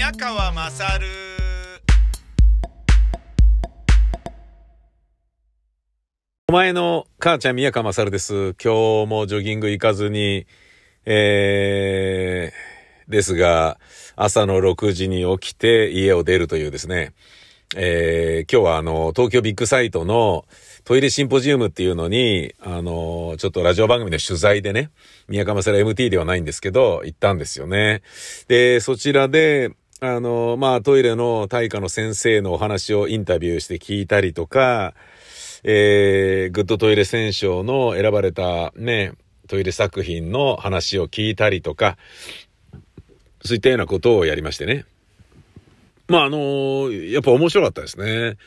宮川勝。 お前の母ちゃん宮川勝です。今日もジョギング行かずに、ですが、朝の6時に起きて家を出るというですね、今日は東京ビッグサイトのトイレシンポジウムっていうのに、ちょっとラジオ番組の取材でね、宮川勝 MT ではないんですけど、行ったんですよね。で、そちらで、トイレの大科の先生のお話をインタビューして聞いたりとか、グッドトイレ選奨の選ばれたね、トイレ作品の話を聞いたりとか、そういったようなことをやりましてね。やっぱ面白かったですね。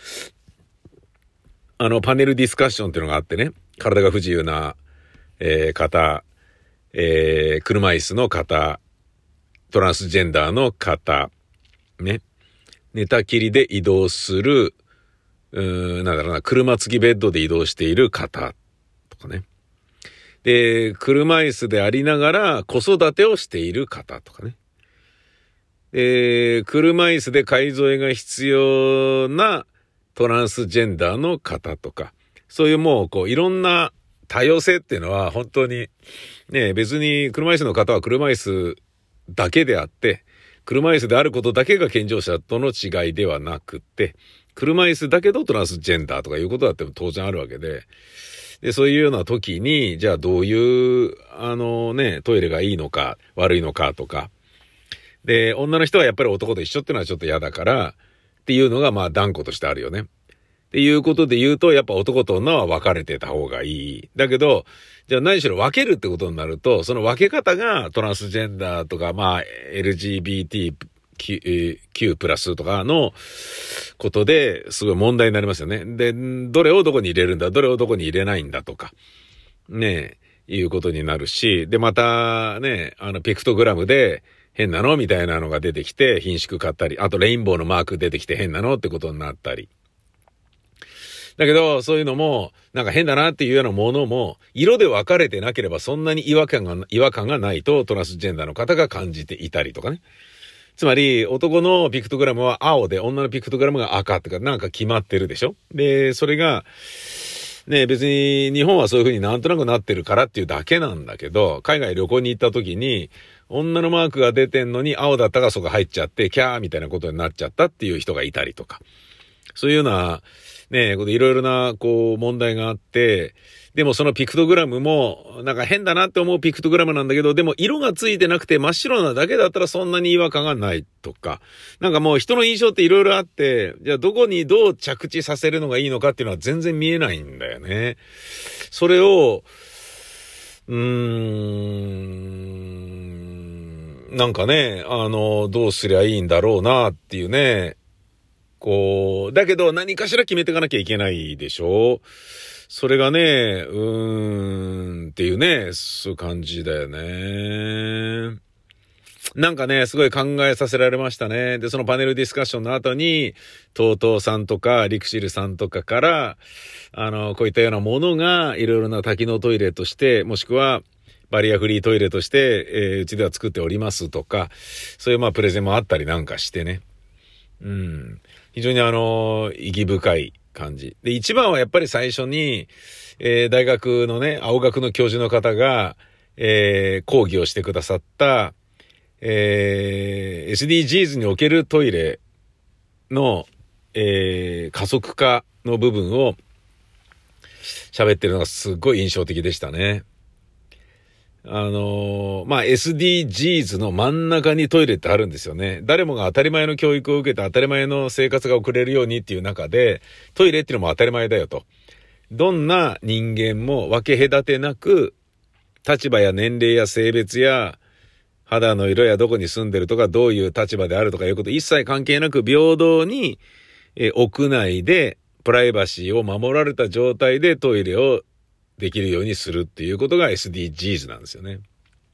パネルディスカッションっていうのがあってね、体が不自由な、方、車椅子の方、トランスジェンダーの方、ね、寝たきりで移動する、車付きベッドで移動している方とかね。で、車椅子でありながら子育てをしている方とかね。車椅子で介添えが必要なトランスジェンダーの方とか、そういうもういろんな多様性っていうのは本当にね、別に車椅子の方は車椅子だけであって、車椅子であることだけが健常者との違いではなくって、車椅子だけどトランスジェンダーとかいうことだっても当然あるわけで、そういうような時に、じゃあどういうトイレがいいのか悪いのかとか、で、女の人はやっぱり男と一緒っていうのはちょっと嫌だから、っていうのが断固としてあるよね。っていうことで言うと、やっぱ男と女は分かれてた方がいい。だけど、じゃあ何しろ分けるってことになると、その分け方がトランスジェンダーとか、LGBTQ プラスとかのことですごい問題になりますよね。で、どれをどこに入れるんだ、どれをどこに入れないんだとか、ねえ、いうことになるし、で、またね、ピクトグラムで、変なのみたいなのが出てきて品種買ったり、あとレインボーのマーク出てきて変なのってことになったり。だけど、そういうのも、なんか変だなっていうようなものも、色で分かれてなければそんなに違和感がないとトランスジェンダーの方が感じていたりとかね。つまり、男のピクトグラムは青で、女のピクトグラムが赤ってか、なんか決まってるでしょ？で、それが、ね、別に日本はそういう風になんとなくなってるからっていうだけなんだけど、海外旅行に行った時に、女のマークが出てんのに青だったからそこ入っちゃって、キャーみたいなことになっちゃったっていう人がいたりとか。そういうような、ね、いろいろな、問題があって、でもそのピクトグラムも、なんか変だなって思うピクトグラムなんだけど、でも色がついてなくて真っ白なだけだったらそんなに違和感がないとか。なんかもう人の印象っていろいろあって、じゃあどこにどう着地させるのがいいのかっていうのは全然見えないんだよね。それを、なんかね、どうすりゃいいんだろうなっていうね。だけど何かしら決めていかなきゃいけないでしょ？それがね、っていうね、そういう感じだよね。なんかね、すごい考えさせられましたね。で、そのパネルディスカッションの後に、TOTOさんとか、リクシルさんとかから、こういったようなものが、いろいろな多機能トイレとして、もしくは、バリアフリートイレとして、うちでは作っておりますとか、そういうプレゼンもあったりなんかしてね。非常に意義深い感じ。で、一番はやっぱり最初に、大学のね、青学の教授の方が、講義をしてくださった、SDGs におけるトイレの、加速化の部分を喋ってるのがすごい印象的でしたね。SDGs の真ん中にトイレってあるんですよね。誰もが当たり前の教育を受けて当たり前の生活が送れるようにっていう中で、トイレっていうのも当たり前だよと。どんな人間も分け隔てなく、立場や年齢や性別や肌の色やどこに住んでるとかどういう立場であるとかいうこと一切関係なく平等に、屋内でプライバシーを守られた状態でトイレをできるようにするっていうことが SDGs なんですよね。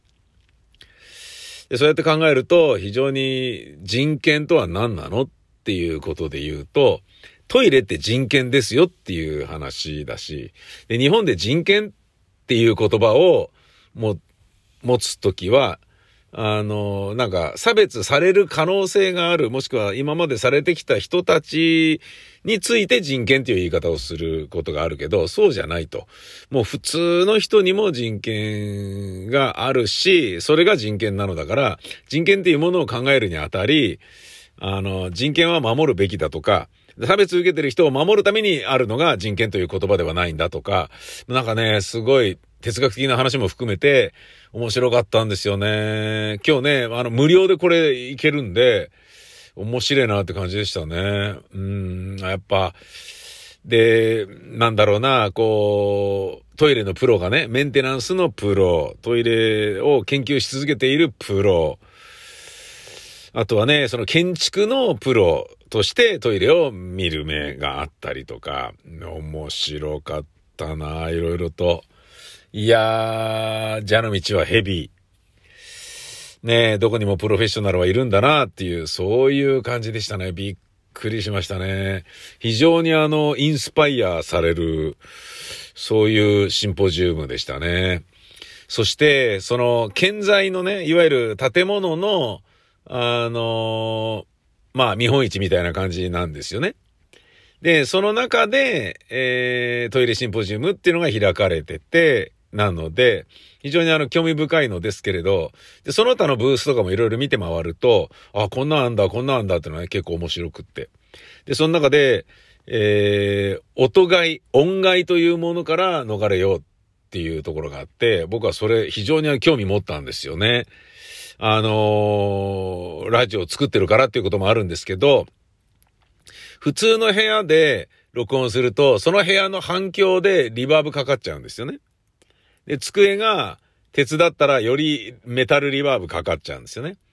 で、そうやって考えると非常に人権とは何なのっていうことで言うと、トイレって人権ですよっていう話だし、で、日本で人権っていう言葉を持つときは、 なんか差別される可能性がある、もしくは今までされてきた人たちについて人権という言い方をすることがあるけど、そうじゃないと。もう普通の人にも人権があるし、それが人権なのだから、人権っていうものを考えるにあたり、人権は守るべきだとか、差別を受けてる人を守るためにあるのが人権という言葉ではないんだとか、なんかね、すごい哲学的な話も含めて面白かったんですよね。今日ね、無料でこれいけるんで、面白いなって感じでしたね。やっぱ、で、なんだろうな、こう、トイレのプロがね、メンテナンスのプロ、トイレを研究し続けているプロ、あとはね、その建築のプロとしてトイレを見る目があったりとか、面白かったな、いろいろと。いやー、蛇の道はヘビー。ねえ、どこにもプロフェッショナルはいるんだなっていう、そういう感じでしたね。びっくりしましたね。非常にインスパイアされる、そういうシンポジウムでしたね。そして、その、建材のね、いわゆる建物の、見本市みたいな感じなんですよね。で、その中で、トイレシンポジウムっていうのが開かれてて、なので、非常に興味深いのですけれど、で、その他のブースとかもいろいろ見て回ると、あ、こんなんあんだ、こんなんあんだってのは、ね、結構面白くって。で、その中で、音害というものから逃れようっていうところがあって、僕はそれ非常に興味持ったんですよね。ラジオを作ってるからっていうこともあるんですけど、普通の部屋で録音すると、その部屋の反響でリバーブかかっちゃうんですよね。で、机が鉄だったらよりメタルリバーブかかっちゃうんですよね。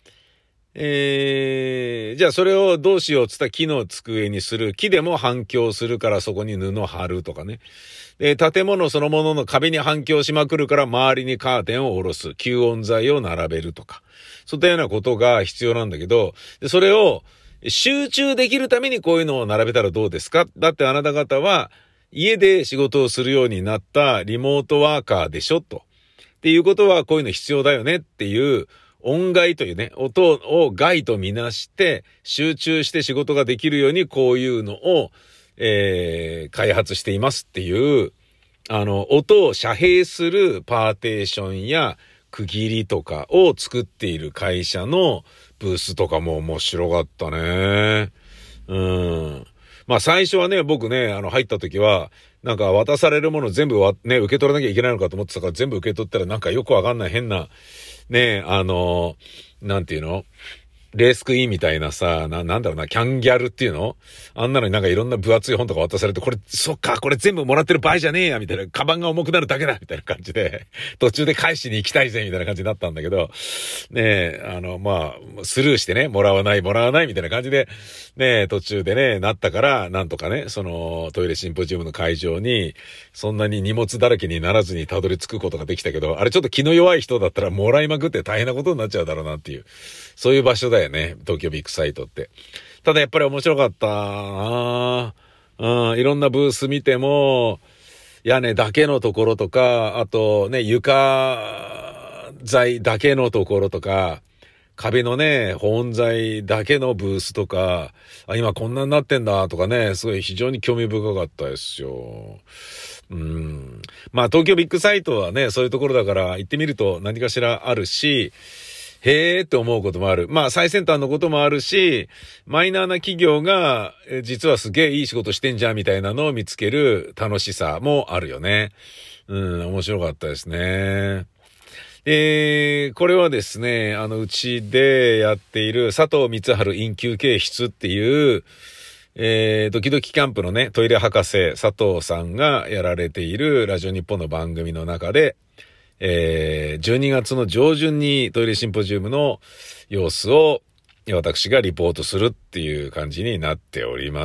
じゃあそれをどうしようって言ったら木の机にする。木でも反響するからそこに布貼るとかね。で、建物そのものの壁に反響しまくるから周りにカーテンを下ろす。吸音材を並べるとか。そういったようなことが必要なんだけど、でそれを集中できるためにこういうのを並べたらどうですか？だってあなた方は家で仕事をするようになったリモートワーカーでしょと。っていうことはこういうの必要だよねっていう音害というね、音を害とみなして集中して仕事ができるようにこういうのを、開発していますっていう、音を遮蔽するパーテーションや区切りとかを作っている会社のブースとかも面白かったね。まあ最初はね、僕ね、入った時は、なんか渡されるもの全部ね、受け取らなきゃいけないのかと思ってたから全部受け取ったらなんかよくわかんない変な、ね、なんていうの？レースクイーンみたいなさ、なんだろうな、キャンギャルっていうの？あんなのになんかいろんな分厚い本とか渡されて、これ、そっか、これ全部もらってる場合じゃねえや、みたいな、カバンが重くなるだけだ、みたいな感じで、途中で返しに行きたいぜ、みたいな感じになったんだけど、ねえ、まあ、スルーしてね、もらわない、みたいな感じで、ねえ、途中でね、なったから、なんとかね、その、トイレシンポジウムの会場に、そんなに荷物だらけにならずにたどり着くことができたけど、あれちょっと気の弱い人だったらもらいまくって大変なことになっちゃうだろうなっていう、そういう場所だよね、東京ビッグサイトって。ただやっぱり面白かったな。いろんなブース見ても、屋根だけのところとか、あとね、床材だけのところとか、壁のね、保温材だけのブースとか、今こんなになってんだとかね、すごい非常に興味深かったですよ。まあ東京ビッグサイトはね、そういうところだから行ってみると何かしらあるし、へーって思うこともある。まあ最先端のこともあるし、マイナーな企業が実はすげえいい仕事してんじゃんみたいなのを見つける楽しさもあるよね。面白かったですね。これはですね、うちでやっている佐藤光春院休憩室っていう、ドキドキキャンプのね、トイレ博士佐藤さんがやられているラジオ日本の番組の中で、12月の上旬にトイレシンポジウムの様子を私がリポートするっていう感じになっております。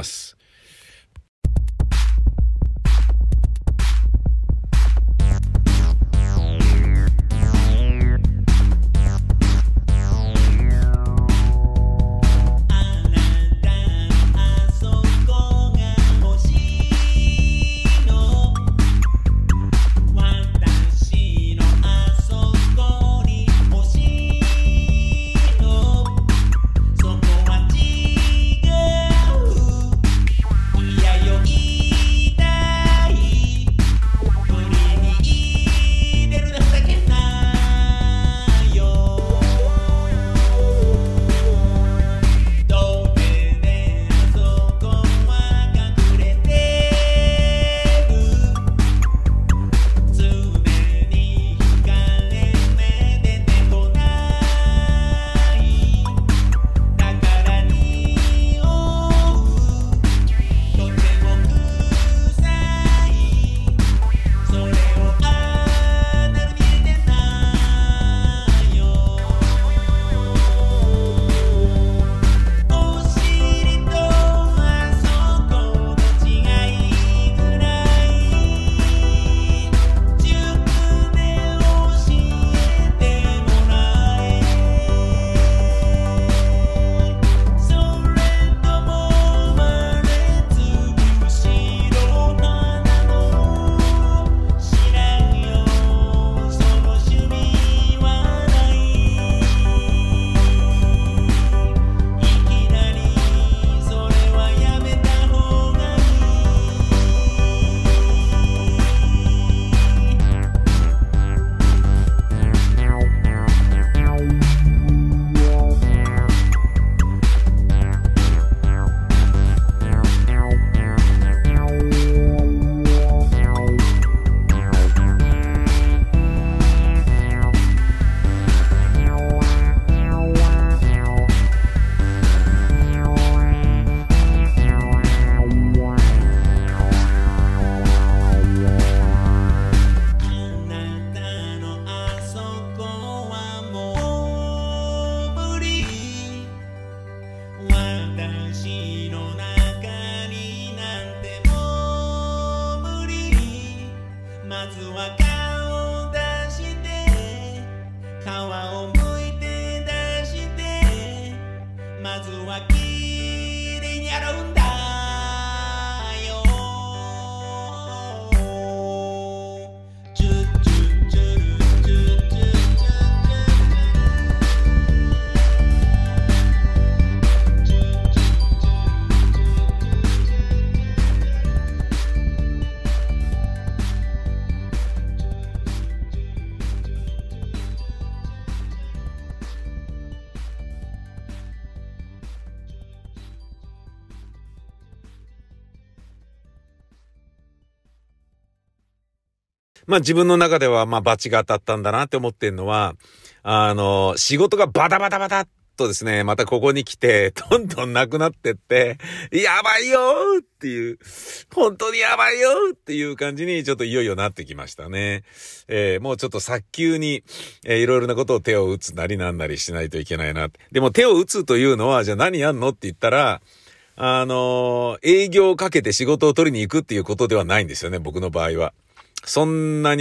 まあ自分の中ではまあバチが当たったんだなって思ってんのは、仕事がバタバタバタっとですね、またここに来て、どんどんなくなってって、やばいよーっていう、本当にやばいよーっていう感じにちょっといよいよなってきましたね。もうちょっと早急に、いろいろなことを手を打つなりなんなりしないといけないな。でも手を打つというのは、じゃあ何やんのって言ったら、営業をかけて仕事を取りに行くっていうことではないんですよね、僕の場合は。そんなに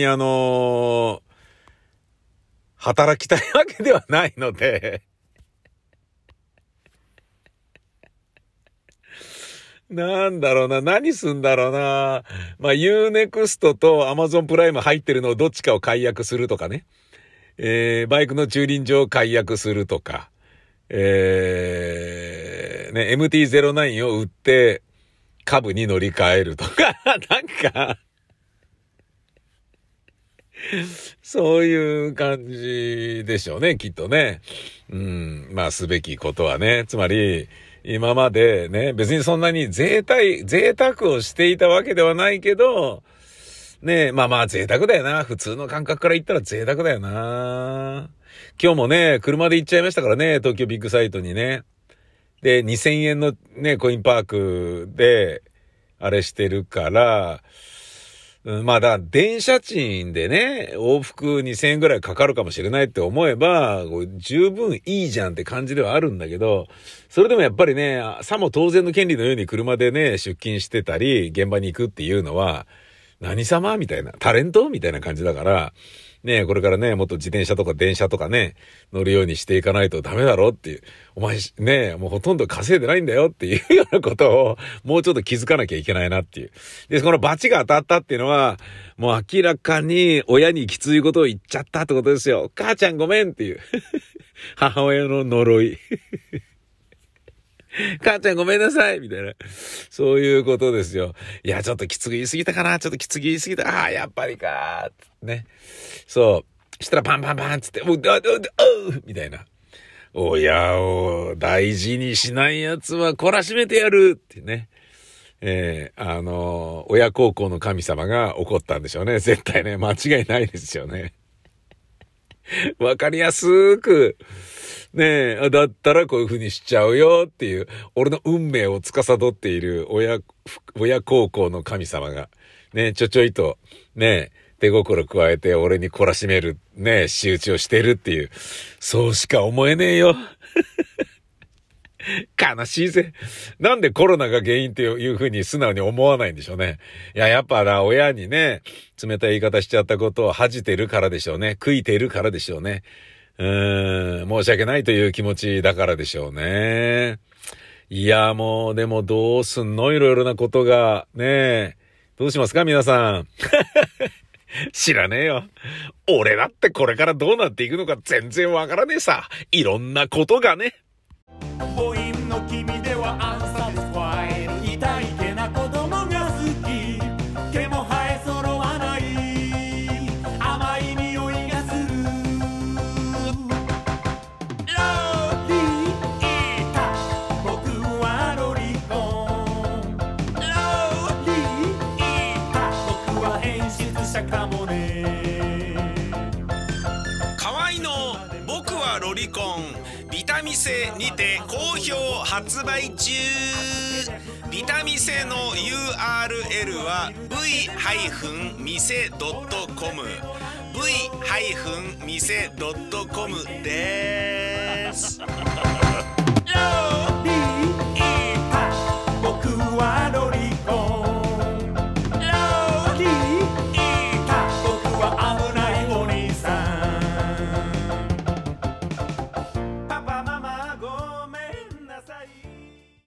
働きたいわけではないので、なんだろうな、何すんだろうな。まあ、Unext と Amazon プライム入ってるのをどっちかを解約するとかね。バイクの駐輪場を解約するとか。MT-09 を売って株に乗り換えるとか、なんか、そういう感じでしょうね、きっとね。まあ、すべきことはね。つまり、今までね、別にそんなに贅沢をしていたわけではないけど、ね、まあ贅沢だよな。普通の感覚から言ったら贅沢だよな。今日もね、車で行っちゃいましたからね、東京ビッグサイトにね。で、2000円のね、コインパークで、あれしてるから、まあだから電車賃でね、往復2000円ぐらいかかるかもしれないって思えば、十分いいじゃんって感じではあるんだけど、それでもやっぱりね、さも当然の権利のように車でね、出勤してたり、現場に行くっていうのは、何様みたいな、タレントみたいな感じだから、ねえ、これからね、もっと自転車とか電車とかね、乗るようにしていかないとダメだろっていう。お前ねえ、もうほとんど稼いでないんだよっていうようなことを、もうちょっと気づかなきゃいけないなっていう。で、このバチが当たったっていうのは、もう明らかに親にきついことを言っちゃったってことですよ。母ちゃんごめんっていう。母親の呪い。母ちゃんごめんなさいみたいな。そういうことですよ。いや、ちょっときつく言いすぎたかなちょっときつく言いすぎた。ああ、やっぱりかー。ね。そう。したらパンパンパンつって、おうみたいな。親を大事にしない奴は懲らしめてやるってね。親孝行の神様が怒ったんでしょうね。絶対ね。間違いないですよね。わかりやすく。ねえ、だったらこういう風にしちゃうよっていう、俺の運命を司っている親孝行の神様が、ね、ちょいと、ね、手心加えて俺に懲らしめる、ね、仕打ちをしてるっていう、そうしか思えねえよ。悲しいぜ。なんでコロナが原因っていう風に素直に思わないんでしょうね。いや、やっぱ親にね、冷たい言い方しちゃったことを恥じてるからでしょうね。悔いてるからでしょうね。申し訳ないという気持ちだからでしょうね。いや、もう、でもどうすんのいろいろなことが、ね。どうしますか皆さん。知らねえよ。俺だってこれからどうなっていくのか全然わからねえさ。いろんなことがね。 母音の君ではアンサティスファイ。痛いけな子供が好き。毛も生え揃わない甘い匂いがする。ロリータ、僕はロリコン。ロリータ、僕は演出者かもね。 河合の僕はロリコン。ビタミセにて好評発売中。ビタミセの URL は v-mise.com v-mise.com です。